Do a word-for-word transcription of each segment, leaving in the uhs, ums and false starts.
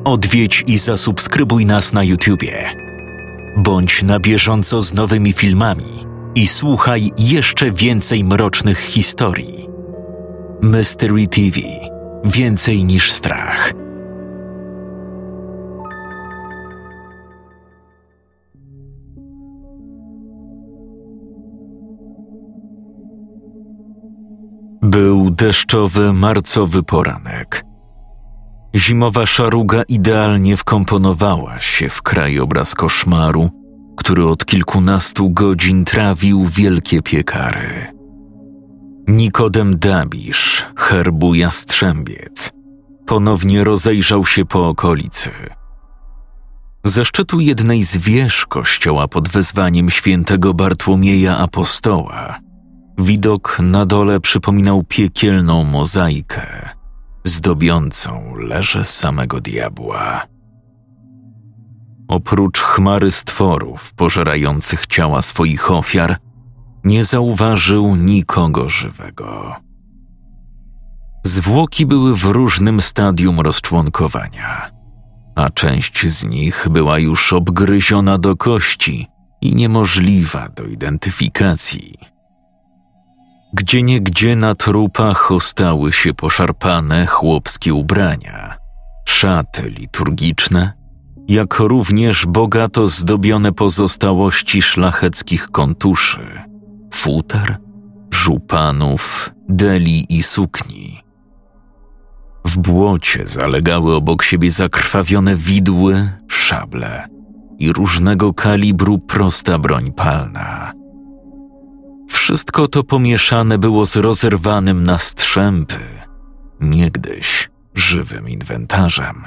Odwiedź i zasubskrybuj nas na YouTubie. Bądź na bieżąco z nowymi filmami i słuchaj jeszcze więcej mrocznych historii. Mystery T V. Więcej niż strach. Był deszczowy, marcowy poranek. Zimowa szaruga idealnie wkomponowała się w krajobraz koszmaru, który od kilkunastu godzin trawił wielkie piekary. Nikodem Dabisz, herbu Jastrzębiec, ponownie rozejrzał się po okolicy. Ze szczytu jednej z wież kościoła pod wezwaniem świętego Bartłomieja Apostoła widok na dole przypominał piekielną mozaikę zdobiącą leże samego diabła. Oprócz chmary stworów pożerających ciała swoich ofiar, nie zauważył nikogo żywego. Zwłoki były w różnym stadium rozczłonkowania, a część z nich była już obgryziona do kości i niemożliwa do identyfikacji. Gdzieniegdzie na trupach ostały się poszarpane chłopskie ubrania, szaty liturgiczne, jak również bogato zdobione pozostałości szlacheckich kontuszy, futer, żupanów, deli i sukni. W błocie zalegały obok siebie zakrwawione widły, szable i różnego kalibru prosta broń palna. Wszystko to pomieszane było z rozerwanym na strzępy, niegdyś żywym inwentarzem.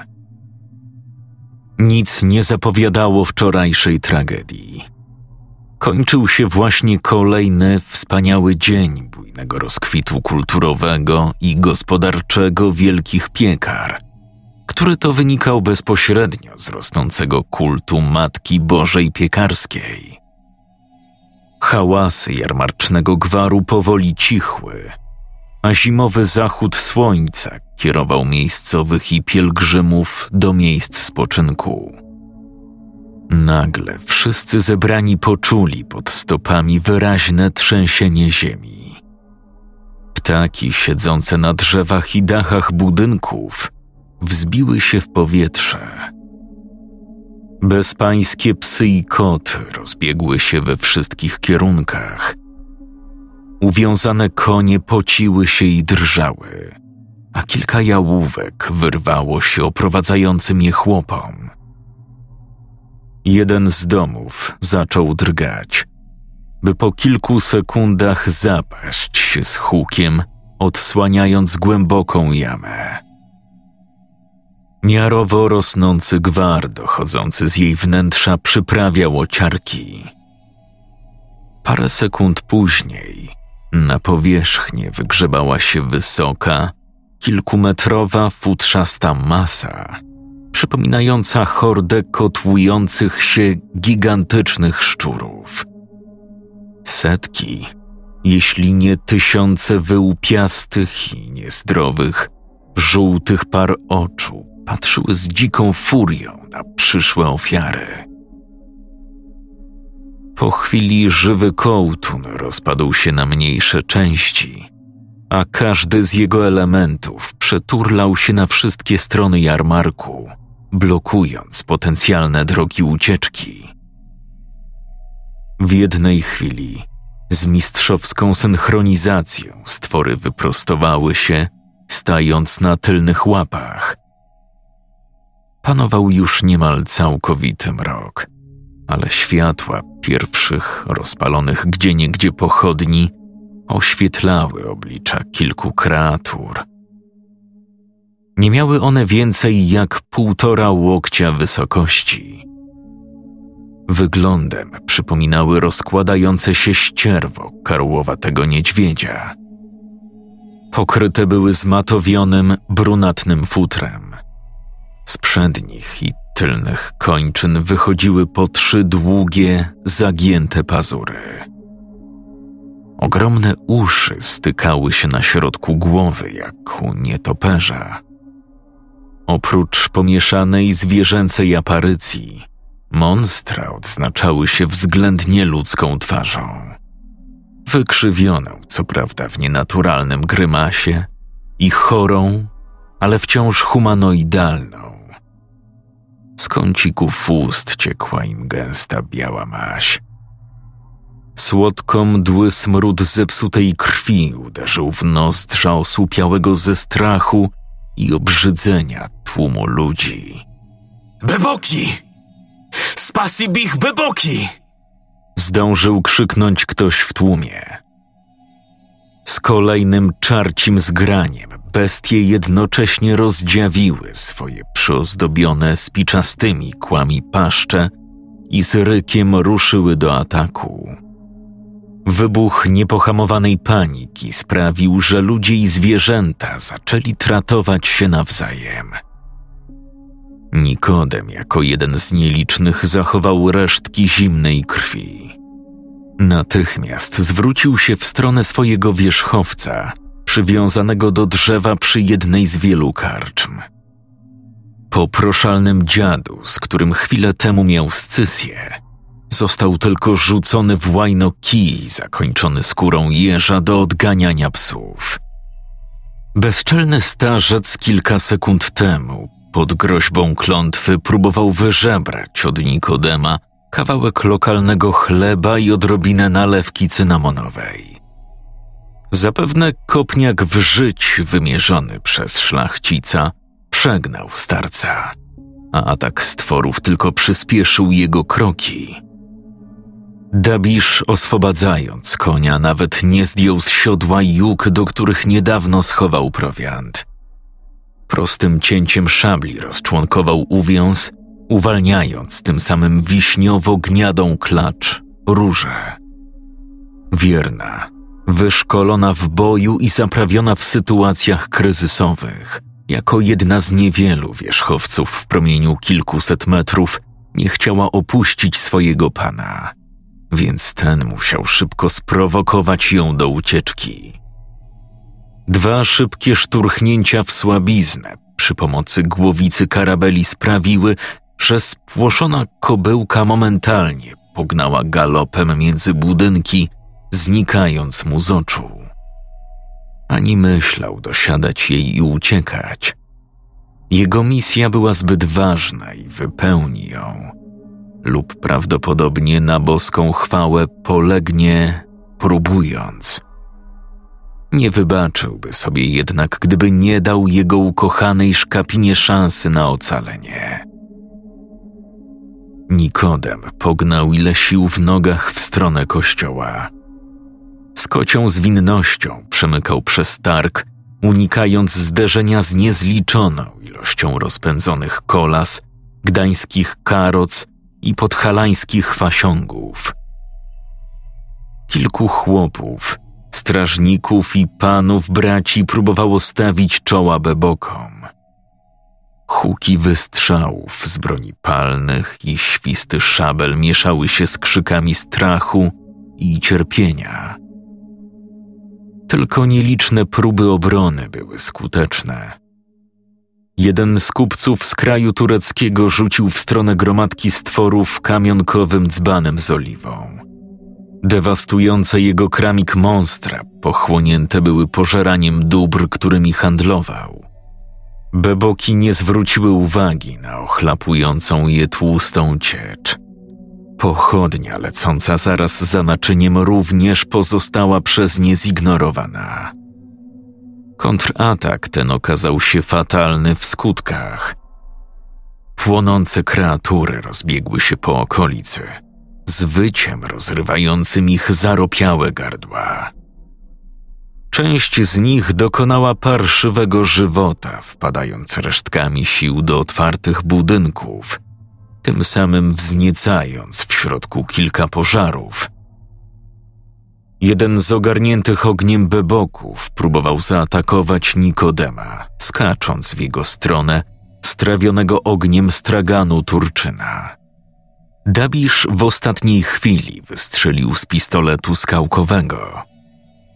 Nic nie zapowiadało wczorajszej tragedii. Kończył się właśnie kolejny wspaniały dzień bujnego rozkwitu kulturowego i gospodarczego wielkich piekar, który to wynikał bezpośrednio z rosnącego kultu Matki Bożej Piekarskiej. Hałasy jarmarcznego gwaru powoli cichły, a zimowy zachód słońca kierował miejscowych i pielgrzymów do miejsc spoczynku. Nagle wszyscy zebrani poczuli pod stopami wyraźne trzęsienie ziemi. Ptaki siedzące na drzewach i dachach budynków wzbiły się w powietrze. Bezpańskie psy i koty rozbiegły się we wszystkich kierunkach. Uwiązane konie pociły się i drżały, a kilka jałówek wyrwało się oprowadzającym je chłopom. Jeden z domów zaczął drgać, by po kilku sekundach zapaść się z hukiem, odsłaniając głęboką jamę. Miarowo rosnący gwar dochodzący z jej wnętrza przyprawiał ociarki. Parę sekund później na powierzchnię wygrzebała się wysoka, kilkumetrowa, futrzasta masa, przypominająca hordę kotłujących się gigantycznych szczurów. Setki, jeśli nie tysiące wyłupiastych i niezdrowych, żółtych par oczu patrzyły z dziką furią na przyszłe ofiary. Po chwili żywy kołtun rozpadł się na mniejsze części, a każdy z jego elementów przeturlał się na wszystkie strony jarmarku, blokując potencjalne drogi ucieczki. W jednej chwili, z mistrzowską synchronizacją, stwory wyprostowały się, stając na tylnych łapach. Panował już niemal całkowity mrok, ale światła pierwszych rozpalonych gdzieniegdzie pochodni oświetlały oblicza kilku kreatur. Nie miały one więcej jak półtora łokcia wysokości. Wyglądem przypominały rozkładające się ścierwo karłowatego niedźwiedzia. Pokryte były zmatowionym, brunatnym futrem. Z przednich i tylnych kończyn wychodziły po trzy długie, zagięte pazury. Ogromne uszy stykały się na środku głowy jak u nietoperza. Oprócz pomieszanej zwierzęcej aparycji, monstra odznaczały się względnie ludzką twarzą. Wykrzywioną, co prawda w nienaturalnym grymasie, i chorą, ale wciąż humanoidalną. Z kącików ust ciekła im gęsta biała maź. Słodko mdły smród zepsutej krwi uderzył w nozdrza osłupiałego ze strachu i obrzydzenia tłumu ludzi. Beboki! Spasibich beboki! Zdążył krzyknąć ktoś w tłumie. Z kolejnym czarcim zgraniem bestie jednocześnie rozdziawiły swoje przyozdobione spiczastymi kłami paszcze i z rykiem ruszyły do ataku. Wybuch niepohamowanej paniki sprawił, że ludzie i zwierzęta zaczęli tratować się nawzajem. Nikodem jako jeden z nielicznych zachował resztki zimnej krwi. Natychmiast zwrócił się w stronę swojego wierzchowca, przywiązanego do drzewa przy jednej z wielu karczm. Po proszalnym dziadu, z którym chwilę temu miał scysję, został tylko rzucony w łajno kij zakończony skórą jeża do odganiania psów. Bezczelny starzec kilka sekund temu pod groźbą klątwy próbował wyżebrać od Nikodema kawałek lokalnego chleba i odrobinę nalewki cynamonowej. Zapewne kopniak w żyć wymierzony przez szlachcica przegnał starca, a atak stworów tylko przyspieszył jego kroki. Dabisz, oswobadzając konia, nawet nie zdjął z siodła juk, do których niedawno schował prowiant. Prostym cięciem szabli rozczłonkował uwiąz, uwalniając tym samym wiśniowo-gniadą klacz różę. Wierna, wyszkolona w boju i zaprawiona w sytuacjach kryzysowych, jako jedna z niewielu wierzchowców w promieniu kilkuset metrów nie chciała opuścić swojego pana, więc ten musiał szybko sprowokować ją do ucieczki. Dwa szybkie szturchnięcia w słabiznę przy pomocy głowicy karabeli sprawiły, że spłoszona kobyłka momentalnie pognała galopem między budynki, znikając mu z oczu. Ani myślał dosiadać jej i uciekać. Jego misja była zbyt ważna i wypełni ją, lub prawdopodobnie na boską chwałę polegnie, próbując. Nie wybaczyłby sobie jednak, gdyby nie dał jego ukochanej szkapinie szansy na ocalenie. Nikodem pognał ile sił w nogach w stronę kościoła. Z kocią zwinnością przemykał przez targ, unikając zderzenia z niezliczoną ilością rozpędzonych kolas, gdańskich karoc i podhalańskich fasiągów. Kilku chłopów, strażników i panów braci próbowało stawić czoła bebokom. Huki wystrzałów z broni palnych i świsty szabel mieszały się z krzykami strachu i cierpienia. Tylko nieliczne próby obrony były skuteczne. Jeden z kupców z kraju tureckiego rzucił w stronę gromadki stworów kamionkowym dzbanem z oliwą. Dewastujące jego kramik monstra pochłonięte były pożeraniem dóbr, którymi handlował. Beboki nie zwróciły uwagi na ochlapującą je tłustą ciecz. Pochodnia lecąca zaraz za naczyniem również pozostała przez nie zignorowana. Kontratak ten okazał się fatalny w skutkach. Płonące kreatury rozbiegły się po okolicy, z wyciem rozrywającym ich zaropiałe gardła. Część z nich dokonała parszywego żywota, wpadając resztkami sił do otwartych budynków, tym samym wzniecając w środku kilka pożarów. Jeden z ogarniętych ogniem beboków próbował zaatakować Nikodema, skacząc w jego stronę strawionego ogniem straganu Turczyna. Dabisz w ostatniej chwili wystrzelił z pistoletu skałkowego.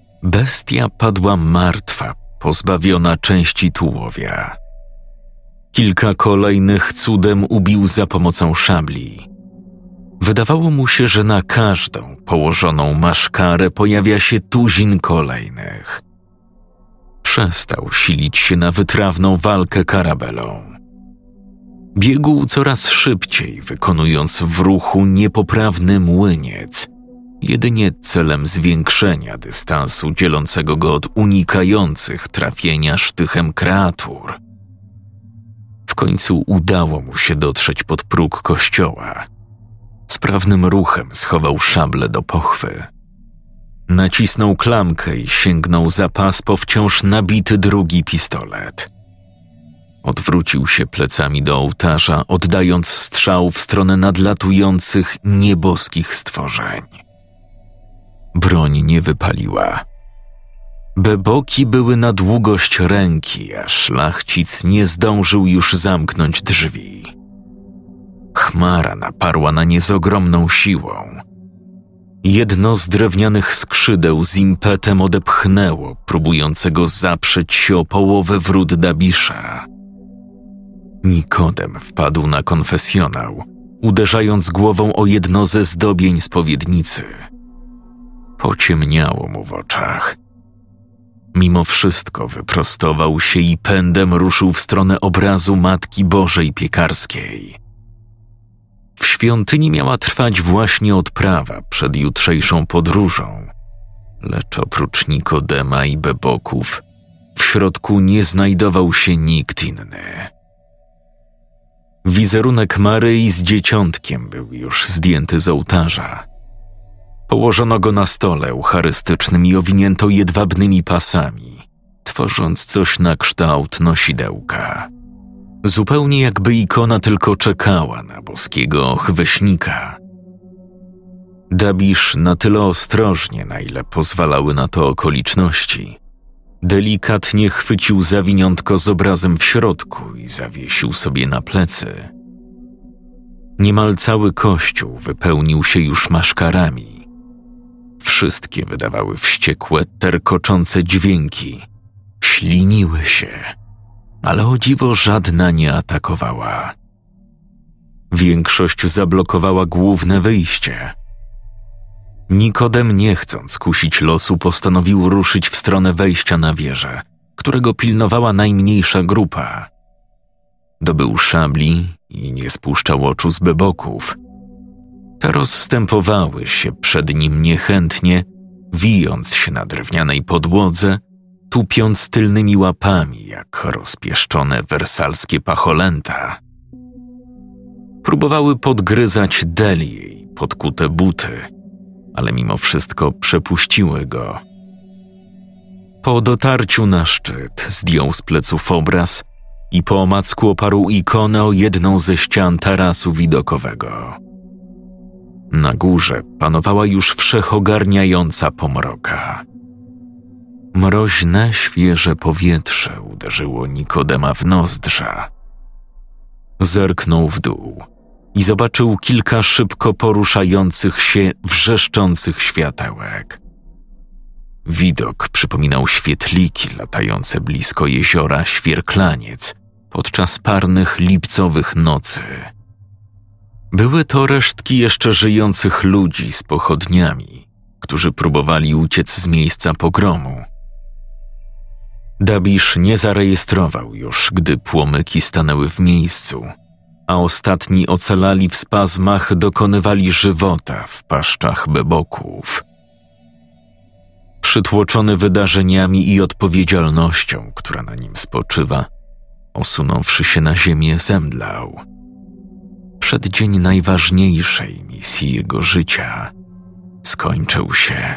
Bestia padła martwa, pozbawiona części tułowia. Kilka kolejnych cudem ubił za pomocą szabli. Wydawało mu się, że na każdą położoną maszkarę pojawia się tuzin kolejnych. Przestał silić się na wytrawną walkę karabelą. Biegł coraz szybciej, wykonując w ruchu niepoprawny młyniec, jedynie celem zwiększenia dystansu dzielącego go od unikających trafienia sztychem kreatur. W końcu udało mu się dotrzeć pod próg kościoła. Sprawnym ruchem schował szablę do pochwy. Nacisnął klamkę i sięgnął za pas po wciąż nabity drugi pistolet. Odwrócił się plecami do ołtarza, oddając strzał w stronę nadlatujących nieboskich stworzeń. Broń nie wypaliła. Beboki były na długość ręki, a szlachcic nie zdążył już zamknąć drzwi. Chmara naparła na nie z ogromną siłą. Jedno z drewnianych skrzydeł z impetem odepchnęło próbującego zaprzeć się o połowę wrót Dabisza. Nikodem wpadł na konfesjonał, uderzając głową o jedno ze zdobień spowiednicy. Pociemniało mu w oczach. Mimo wszystko wyprostował się i pędem ruszył w stronę obrazu Matki Bożej Piekarskiej. W świątyni miała trwać właśnie odprawa przed jutrzejszą podróżą, lecz oprócz Nikodema i Beboków w środku nie znajdował się nikt inny. Wizerunek Maryi z dzieciątkiem był już zdjęty z ołtarza. Położono go na stole eucharystycznym i owinięto jedwabnymi pasami, tworząc coś na kształt nosidełka. Zupełnie jakby ikona tylko czekała na boskiego chweśnika. Dabisz na tyle ostrożnie, na ile pozwalały na to okoliczności, delikatnie chwycił zawiniątko z obrazem w środku i zawiesił sobie na plecy. Niemal cały kościół wypełnił się już maszkarami. Wszystkie wydawały wściekłe, terkoczące dźwięki. Śliniły się, ale o dziwo żadna nie atakowała. Większość zablokowała główne wyjście. Nikodem, nie chcąc kusić losu, postanowił ruszyć w stronę wejścia na wieżę, którego pilnowała najmniejsza grupa. Dobył szabli i nie spuszczał oczu z beboków. Te rozstępowały się przed nim niechętnie, wijąc się na drewnianej podłodze, tupiąc tylnymi łapami jak rozpieszczone wersalskie pacholęta. Próbowały podgryzać Delię i podkute buty, ale mimo wszystko przepuściły go. Po dotarciu na szczyt zdjął z pleców obraz i po omacku oparł ikonę o jedną ze ścian tarasu widokowego. Na górze panowała już wszechogarniająca pomroka. Mroźne, świeże powietrze uderzyło Nikodema w nozdrza. Zerknął w dół i zobaczył kilka szybko poruszających się, wrzeszczących światełek. Widok przypominał świetliki latające blisko jeziora Świerklaniec podczas parnych lipcowych nocy. Były to resztki jeszcze żyjących ludzi z pochodniami, którzy próbowali uciec z miejsca pogromu. Dabisz nie zarejestrował już, gdy płomyki stanęły w miejscu, a ostatni ocalali w spazmach dokonywali żywota w paszczach beboków. Przytłoczony wydarzeniami i odpowiedzialnością, która na nim spoczywa, osunąwszy się na ziemię, zemdlał. Przeddzień najważniejszej misji jego życia skończył się.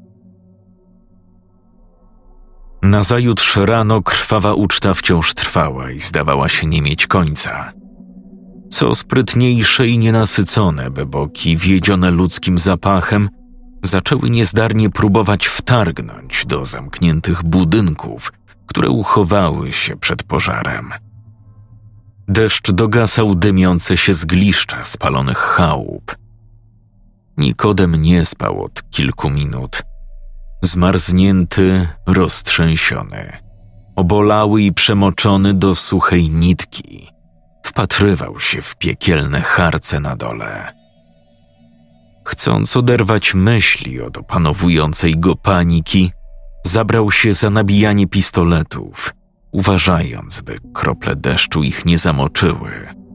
Nazajutrz rano krwawa uczta wciąż trwała i zdawała się nie mieć końca. Co sprytniejsze i nienasycone beboki, wiedzione ludzkim zapachem, zaczęły niezdarnie próbować wtargnąć do zamkniętych budynków, które uchowały się przed pożarem. Deszcz dogasał dymiące się zgliszcza spalonych chałup. Nikodem nie spał od kilku minut. Zmarznięty, roztrzęsiony, Obolały i przemoczony do suchej nitki, wpatrywał się w piekielne harce na dole. Chcąc oderwać myśli od opanowującej go paniki, zabrał się za nabijanie pistoletów, uważając, by krople deszczu ich nie zamoczyły.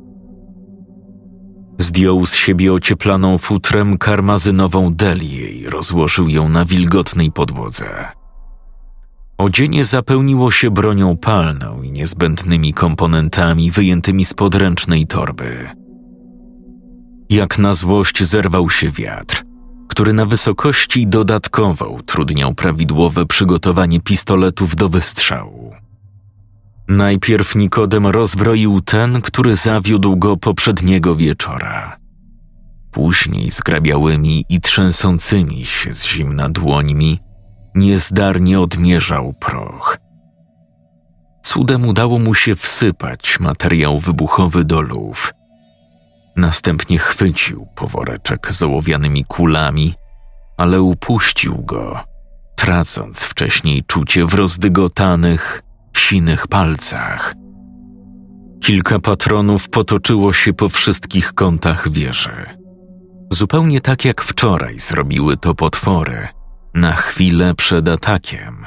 Zdjął z siebie ocieplaną futrem karmazynową delię i rozłożył ją na wilgotnej podłodze. Odzienie zapełniło się bronią palną i niezbędnymi komponentami wyjętymi z podręcznej torby. Jak na złość zerwał się wiatr, który na wysokości dodatkowo utrudniał prawidłowe przygotowanie pistoletów do wystrzału. Najpierw Nikodem rozbroił ten, który zawiódł go poprzedniego wieczora. Później zgrabiałymi i trzęsącymi się z zimna dłońmi niezdarnie odmierzał proch. Cudem udało mu się wsypać materiał wybuchowy do luf. Następnie chwycił poworeczek z ołowianymi kulami, ale upuścił go, tracąc wcześniej czucie w rozdygotanych, sinych palcach. Kilka patronów potoczyło się po wszystkich kątach wieży. Zupełnie tak jak wczoraj zrobiły to potwory, na chwilę przed atakiem.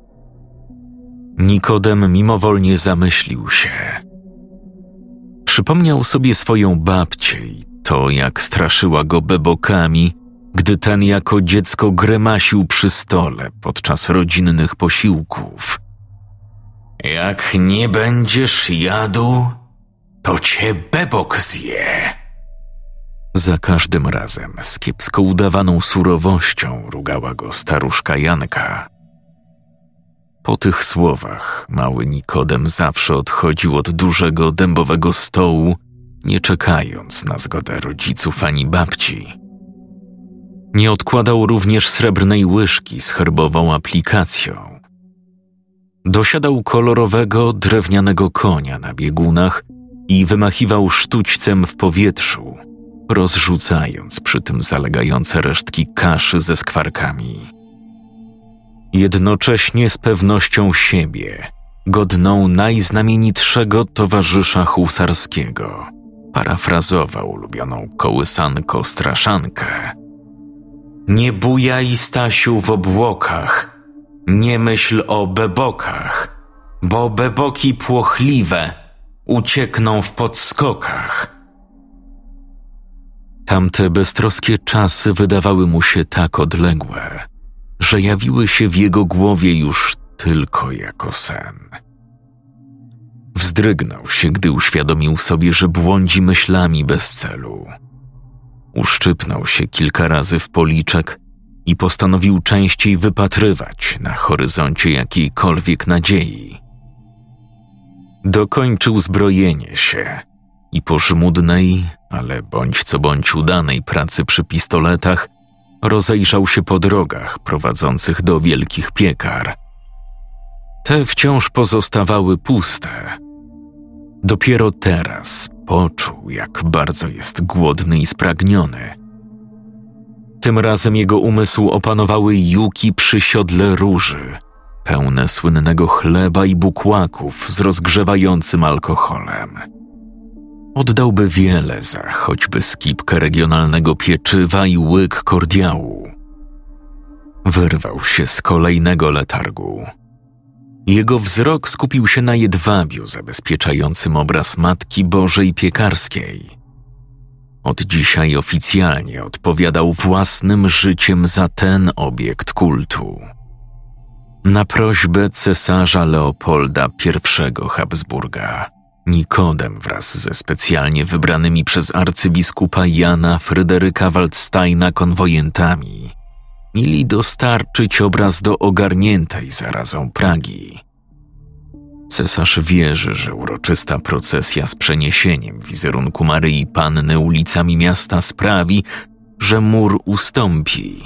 Nikodem mimowolnie zamyślił się. Przypomniał sobie swoją babcię i to, jak straszyła go bebokami, gdy ten jako dziecko grymasił przy stole podczas rodzinnych posiłków. Jak nie będziesz jadł, to cię bebok zje. Za każdym razem z kiepsko udawaną surowością rugała go staruszka Janka. Po tych słowach mały Nikodem zawsze odchodził od dużego dębowego stołu, nie czekając na zgodę rodziców ani babci. Nie odkładał również srebrnej łyżki z herbową aplikacją. Dosiadał kolorowego, drewnianego konia na biegunach i wymachiwał sztućcem w powietrzu, rozrzucając przy tym zalegające resztki kaszy ze skwarkami. Jednocześnie z pewnością siebie, godną najznamienitszego towarzysza husarskiego, parafrazował ulubioną kołysanko straszankę. Nie bujaj, Stasiu, w obłokach, nie myśl o bebokach, bo beboki płochliwe uciekną w podskokach. Tamte beztroskie czasy wydawały mu się tak odległe, że jawiły się w jego głowie już tylko jako sen. Wzdrygnął się, gdy uświadomił sobie, że błądzi myślami bez celu. Uszczypnął się kilka razy w policzek i postanowił częściej wypatrywać na horyzoncie jakiejkolwiek nadziei. Dokończył zbrojenie się i po żmudnej, ale bądź co bądź udanej pracy przy pistoletach rozejrzał się po drogach prowadzących do wielkich piekar. Te wciąż pozostawały puste. Dopiero teraz poczuł, jak bardzo jest głodny i spragniony. Tym razem jego umysł opanowały juki przy siodle róży, pełne słynnego chleba i bukłaków z rozgrzewającym alkoholem. Oddałby wiele za choćby skipkę regionalnego pieczywa i łyk kordiału. Wyrwał się z kolejnego letargu. Jego wzrok skupił się na jedwabiu zabezpieczającym obraz Matki Bożej Piekarskiej. Od dzisiaj oficjalnie odpowiadał własnym życiem za ten obiekt kultu. Na prośbę cesarza Leopolda I Habsburga, Nikodem wraz ze specjalnie wybranymi przez arcybiskupa Jana Fryderyka Waldsteina konwojentami mieli dostarczyć obraz do ogarniętej zarazą Pragi. Cesarz wierzy, że uroczysta procesja z przeniesieniem wizerunku Maryi Panny ulicami miasta sprawi, że mur ustąpi.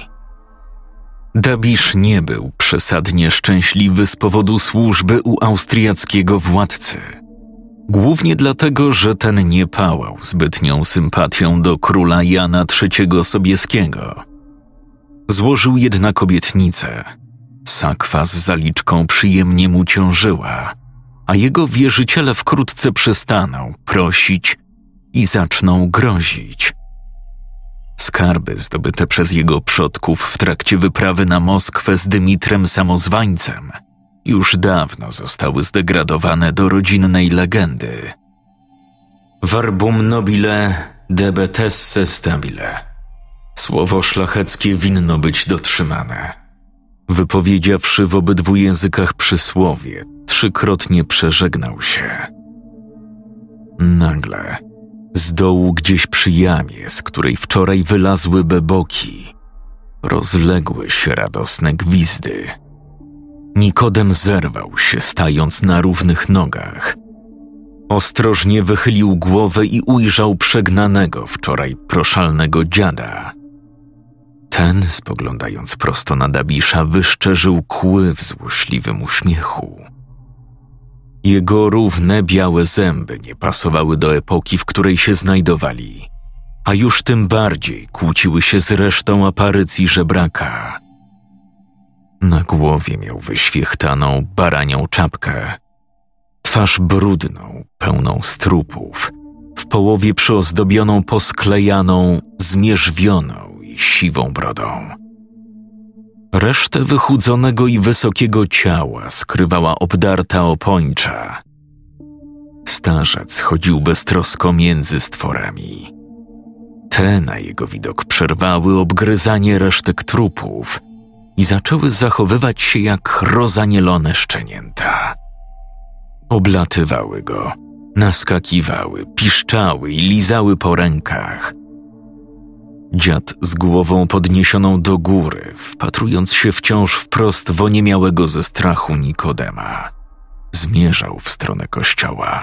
Dabisz nie był przesadnie szczęśliwy z powodu służby u austriackiego władcy. Głównie dlatego, że ten nie pałał zbytnią sympatią do króla Jana trzeciego Sobieskiego. Złożył jednak obietnicę, Sakwa z zaliczką przyjemnie mu ciążyła, a jego wierzyciele wkrótce przestaną prosić i zaczną grozić. Skarby zdobyte przez jego przodków w trakcie wyprawy na Moskwę z Dymitrem Samozwańcem już dawno zostały zdegradowane do rodzinnej legendy. Verbum nobile debetesse stabile. Słowo szlacheckie winno być dotrzymane. Wypowiedziawszy w obydwu językach przysłowie, trzykrotnie przeżegnał się. Nagle, z dołu gdzieś przy jamie, z której wczoraj wylazły beboki, rozległy się radosne gwizdy. Nikodem zerwał się, stając na równych nogach. Ostrożnie wychylił głowę i ujrzał przegnanego wczoraj proszalnego dziada. Ten, spoglądając prosto na Dabisza, wyszczerzył kły w złośliwym uśmiechu. Jego równe, białe zęby nie pasowały do epoki, w której się znajdowali, a już tym bardziej kłóciły się z resztą aparycji żebraka. Na głowie miał wyświechtaną baranią czapkę, twarz brudną, pełną strupów, w połowie przyozdobioną posklejaną, zmierzwioną i siwą brodą. Resztę wychudzonego i wysokiego ciała skrywała obdarta opończa. Starzec chodził beztrosko między stworami. Te na jego widok przerwały obgryzanie resztek trupów i zaczęły zachowywać się jak rozanielone szczenięta. Oblatywały go, naskakiwały, piszczały i lizały po rękach. Dziad z głową podniesioną do góry, wpatrując się wciąż wprost w oniemiałego ze strachu Nikodema, zmierzał w stronę kościoła.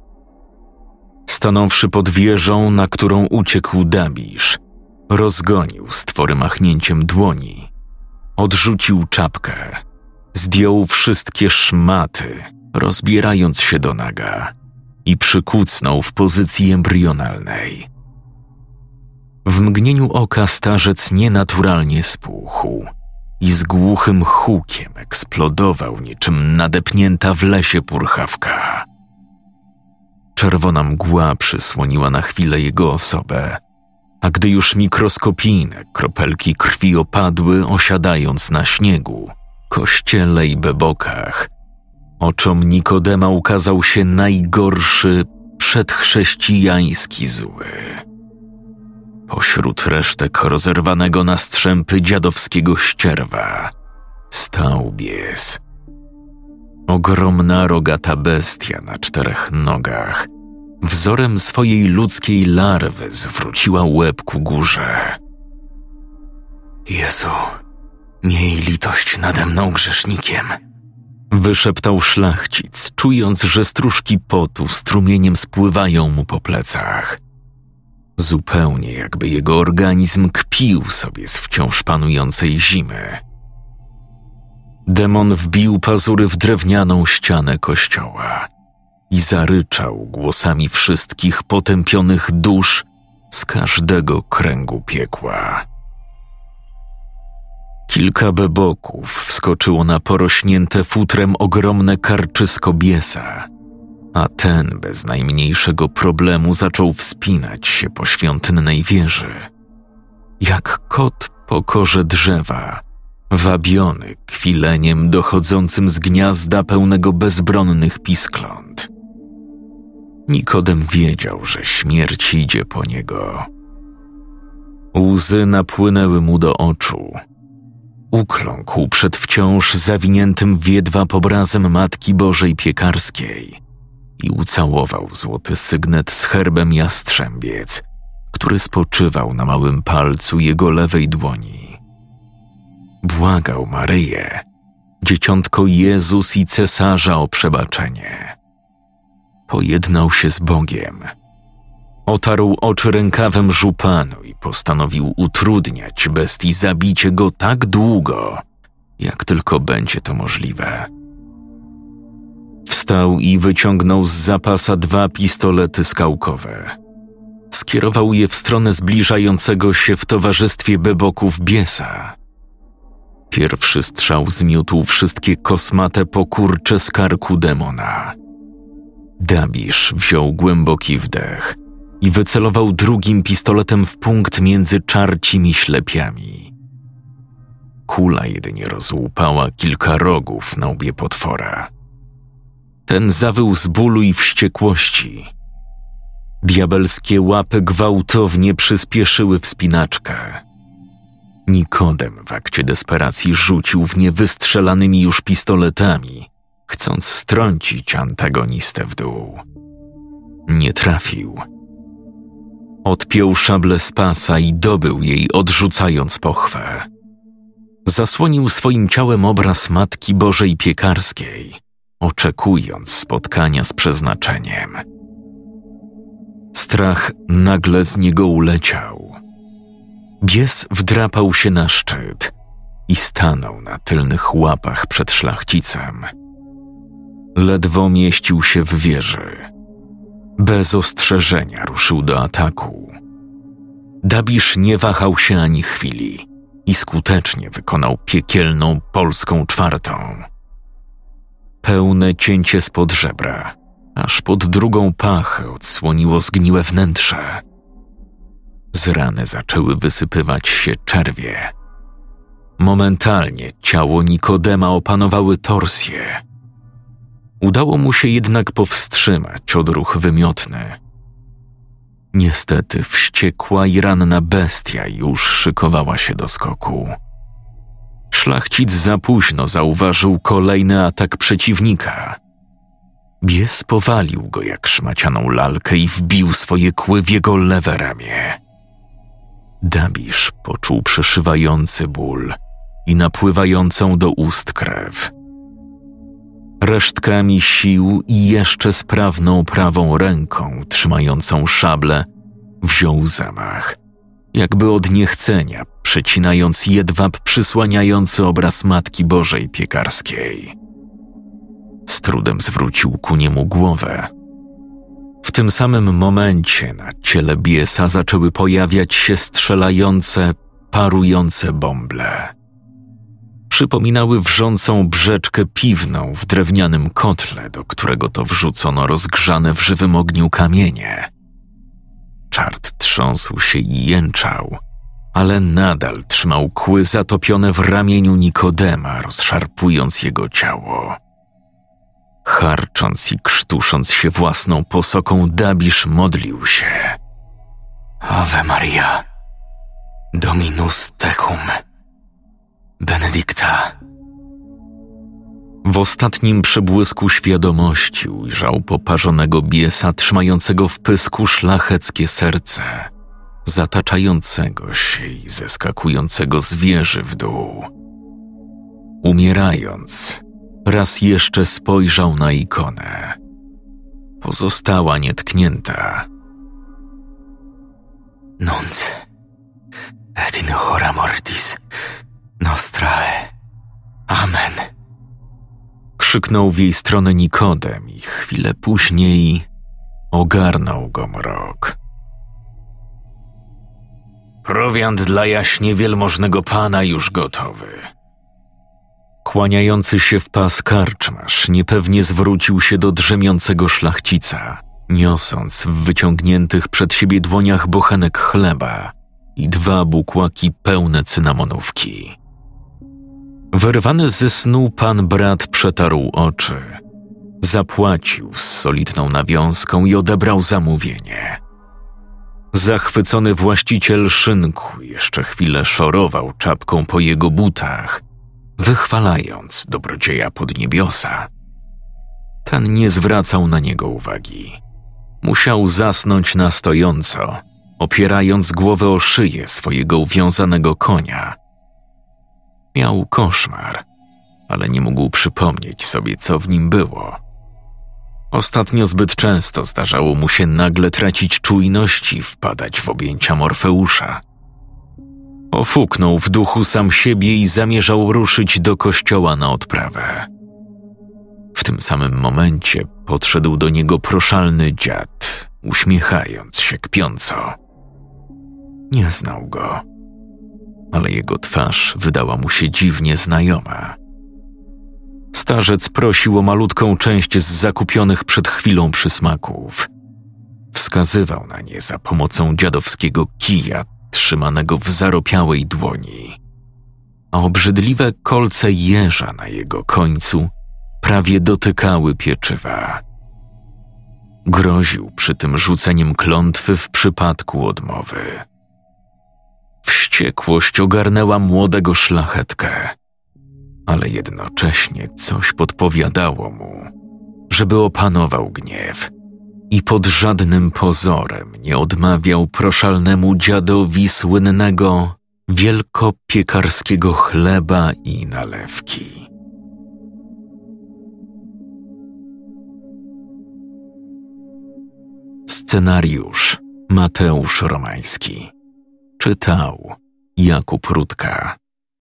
Stanąwszy pod wieżą, na którą uciekł Dabisz, rozgonił stwory machnięciem dłoni, odrzucił czapkę, zdjął wszystkie szmaty, rozbierając się do naga, i przykucnął w pozycji embrionalnej. W mgnieniu oka starzec nienaturalnie spuchł i z głuchym hukiem eksplodował niczym nadepnięta w lesie purchawka. Czerwona mgła przysłoniła na chwilę jego osobę, a gdy już mikroskopijne kropelki krwi opadły, osiadając na śniegu, kościele i bebokach, oczom Nikodema ukazał się najgorszy przedchrześcijański zły. Pośród resztek rozerwanego na strzępy dziadowskiego ścierwa stał bies. Ogromna rogata bestia na czterech nogach, wzorem swojej ludzkiej larwy zwróciła łeb ku górze. Jezu, miej litość nade mną grzesznikiem, wyszeptał szlachcic, czując, że stróżki potu strumieniem spływają mu po plecach. Zupełnie jakby jego organizm kpił sobie z wciąż panującej zimy. Demon wbił pazury w drewnianą ścianę kościoła i zaryczał głosami wszystkich potępionych dusz z każdego kręgu piekła. Kilka beboków wskoczyło na porośnięte futrem ogromne karczysko biesa, a ten bez najmniejszego problemu zaczął wspinać się po świątynnej wieży. Jak kot po korze drzewa, wabiony kwileniem dochodzącym z gniazda pełnego bezbronnych piskląt. Nikodem wiedział, że śmierć idzie po niego. Łzy napłynęły mu do oczu. Ukląkł przed wciąż zawiniętym w jedwab obrazem Matki Bożej Piekarskiej i ucałował złoty sygnet z herbem jastrzębiec, który spoczywał na małym palcu jego lewej dłoni. Błagał Maryję, dzieciątko Jezus i cesarza, o przebaczenie. Pojednał się z Bogiem. Otarł oczy rękawem żupanu i postanowił utrudniać bestii zabicie go tak długo, jak tylko będzie to możliwe. Wstał i wyciągnął z zapasa dwa pistolety skałkowe. Skierował je w stronę zbliżającego się w towarzystwie beboków biesa. Pierwszy strzał zmiótł wszystkie kosmate pokurcze z karku demona. Dabisz wziął głęboki wdech i wycelował drugim pistoletem w punkt między czarcimi ślepiami. Kula jedynie rozłupała kilka rogów na łbie potwora. Ten zawył z bólu i wściekłości. Diabelskie łapy gwałtownie przyspieszyły wspinaczkę. Nikodem w akcie desperacji rzucił w nie wystrzelanymi już pistoletami, chcąc strącić antagonistę w dół. Nie trafił. Odpiął szablę z pasa i dobył jej, odrzucając pochwę. Zasłonił swoim ciałem obraz Matki Bożej Piekarskiej, oczekując spotkania z przeznaczeniem. Strach nagle z niego uleciał. Bies wdrapał się na szczyt i stanął na tylnych łapach przed szlachcicem. Ledwo mieścił się w wieży. Bez ostrzeżenia ruszył do ataku. Dabisz nie wahał się ani chwili i skutecznie wykonał piekielną polską czwartą. Pełne cięcie spod żebra, aż pod drugą pachę odsłoniło zgniłe wnętrze. Z rany zaczęły wysypywać się czerwie. Momentalnie ciało Nikodema opanowały torsję. Udało mu się jednak powstrzymać odruch wymiotny. Niestety wściekła i ranna bestia już szykowała się do skoku. Szlachcic za późno zauważył kolejny atak przeciwnika. Bies powalił go jak szmacianą lalkę i wbił swoje kły w jego lewe ramię. Dabisz poczuł przeszywający ból i napływającą do ust krew. Resztkami sił i jeszcze sprawną prawą ręką trzymającą szablę wziął zamach, jakby od niechcenia przecinając jedwab przysłaniający obraz Matki Bożej Piekarskiej. Z trudem zwrócił ku niemu głowę. W tym samym momencie na ciele biesa zaczęły pojawiać się strzelające, parujące bąble. Przypominały wrzącą brzeczkę piwną w drewnianym kotle, do którego to wrzucono rozgrzane w żywym ogniu kamienie. Czart trząsł się i jęczał, ale nadal trzymał kły zatopione w ramieniu Nikodema, rozszarpując jego ciało. Charcząc i krztusząc się własną posoką, Dabisz modlił się. Ave Maria, Dominus tecum, benedicta. W ostatnim przebłysku świadomości ujrzał poparzonego biesa trzymającego w pysku szlacheckie serce, zataczającego się i zeskakującego z wieży w dół. Umierając, raz jeszcze spojrzał na ikonę. Pozostała nietknięta. Nunc et in hora mortis nostrae. Amen. Krzyknął w jej stronę Nikodem i chwilę później ogarnął go mrok. Prowiant dla jaśnie wielmożnego pana już gotowy. Kłaniający się w pas karczmarz niepewnie zwrócił się do drzemiącego szlachcica, niosąc w wyciągniętych przed siebie dłoniach bochenek chleba i dwa bukłaki pełne cynamonówki. Wyrwany ze snu pan brat przetarł oczy, zapłacił z solidną nawiązką i odebrał zamówienie. Zachwycony właściciel szynku jeszcze chwilę szorował czapką po jego butach, wychwalając dobrodzieja podniebiosa. Ten nie zwracał na niego uwagi. Musiał zasnąć na stojąco, opierając głowę o szyję swojego uwiązanego konia. Miał koszmar, ale nie mógł przypomnieć sobie, co w nim było. Ostatnio zbyt często zdarzało mu się nagle tracić czujność i wpadać w objęcia Morfeusza. Ofuknął w duchu sam siebie i zamierzał ruszyć do kościoła na odprawę. W tym samym momencie podszedł do niego proszalny dziad, uśmiechając się kpiąco. Nie znał go. ale jego twarz wydała mu się dziwnie znajoma. Starzec prosił o malutką część z zakupionych przed chwilą przysmaków. Wskazywał na nie za pomocą dziadowskiego kija trzymanego w zaropiałej dłoni, a obrzydliwe kolce jeża na jego końcu prawie dotykały pieczywa. Groził przy tym rzuceniem klątwy w przypadku odmowy. Wściekłość ogarnęła młodego szlachetkę, ale jednocześnie coś podpowiadało mu, żeby opanował gniew i pod żadnym pozorem nie odmawiał proszalnemu dziadowi słynnego wielkopiekarskiego chleba i nalewki. Scenariusz Mateusz Romański. Czytał Jakub Rutka.